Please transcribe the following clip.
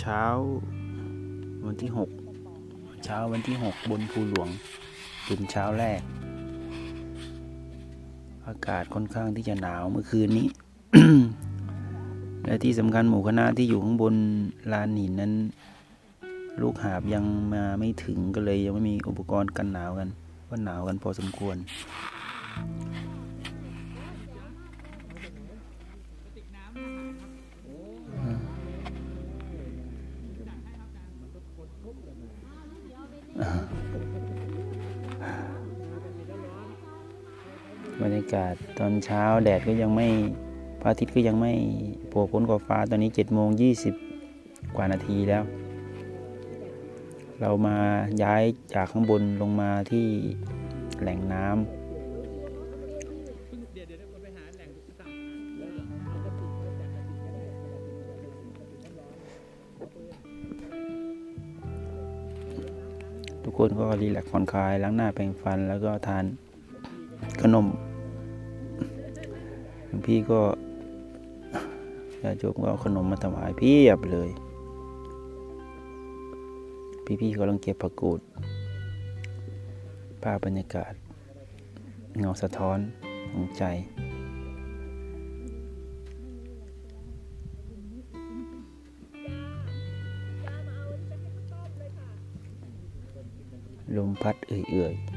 ช้าวันที่6บนภูหลวงเป็นเช้าแรกอากาศค่อนข้างที่จะหนาวเมื่อคืนนี้ และที่สำคัญหมู่คณะที่อยู่ข้างบนลานหินนั้นลูกหาบยังมาไม่ถึงก็เลยยังไม่มีอุปกรณ์กันหนาวกันก็หนาวกันพอสมควรบรรยากาศตอนเช้าแดดก็ยังไม่พระอาทิตย์ก็ยังไม่โผล่พ้นขอบฟ้าตอนนี้7:20 กว่านาทีแล้วเรามาย้ายจากข้างบนลงมาที่แหล่งน้ำทุกคนก็รีแลกซ์ผ่อนคลายล้างหน้าแปรงฟันแล้วก็ทานขนมหลวงพี่ก็ญาติโยมก็เอาขนมมาถวายเพียบเลยพี่ๆกำลังเก็บผักกูดภาพบรรยากาศเงาสะท้อนของใจลมพัดเอื่อยๆ